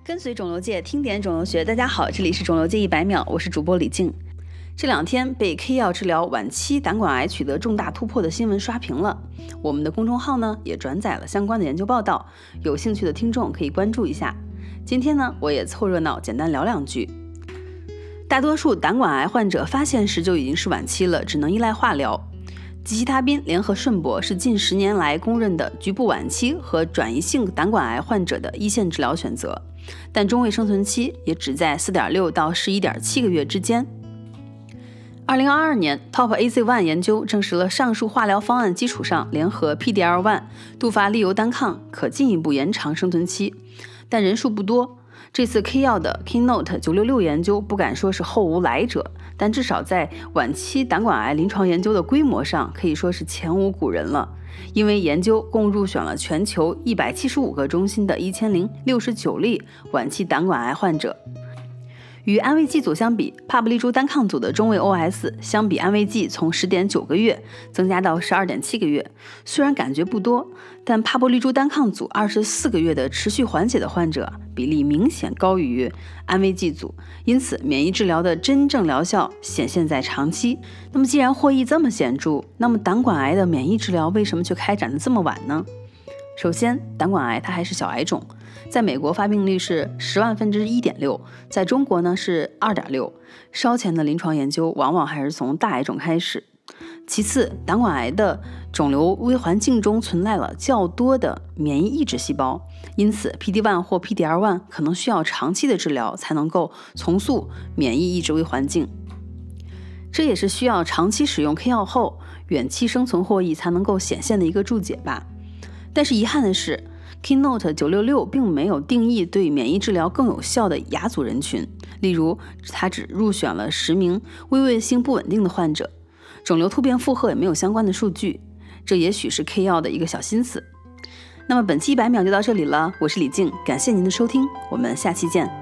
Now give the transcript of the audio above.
跟随肿瘤界，听点肿瘤学。大家好，这里是肿瘤界100秒，我是主播李静。这2天被 K 药治疗晚期胆管癌取得重大突破的新闻刷屏了，我们的公众号呢也转载了相关的研究报道，有兴趣的听众可以关注一下。今天呢，我也凑热闹，简单聊2句。大多数胆管癌患者发现时就已经是晚期了，只能依赖化疗。吉西他滨联合顺铂是近10年来公认的局部晚期和转移性胆管癌患者的一线治疗选择，但中位生存期也只在 4.6 到 11.7 个月之间。2022年 TOP-AZ1 研究证实了上述化疗方案基础上联合 PD-L1 杜伐利尤单抗可进一步延长生存期，但人数不多。这次 K 药的 KEYNOTE-966 研究不敢说是后无来者，但至少在晚期胆管癌临床研究的规模上可以说是前无古人了，因为研究共入选了全球175个中心的1069例晚期胆管癌患者。与安慰剂组相比，帕布利珠单抗组的中位 OS 相比安慰剂从 10.9 个月增加到 12.7 个月，虽然感觉不多，但帕布利珠单抗组24个月的持续缓解的患者比例明显高于安慰剂组，因此免疫治疗的真正疗效显现在长期。那么既然获益这么显著，那么胆管癌的免疫治疗为什么却开展的这么晚呢？首先，胆管癌它还是小癌种，在美国发病率是10万分之 1.6， 在中国呢是 2.6， 稍前的临床研究往往还是从大癌种开始。其次，胆管癌的肿瘤微环境中存在了较多的免疫抑制细胞，因此 PD-1 或 PD-L1 可能需要长期的治疗才能够重塑免疫抑制微环境，这也是需要长期使用 K 药后远期生存获益才能够显现的一个注解吧。但是遗憾的是， KEYNOTE-966 并没有定义对免疫治疗更有效的亚组人群，例如它只入选了10名微位性不稳定的患者，肿瘤突变负荷也没有相关的数据，这也许是 K 药的一个小心思。那么本期100秒就到这里了，我是李静，感谢您的收听，我们下期见。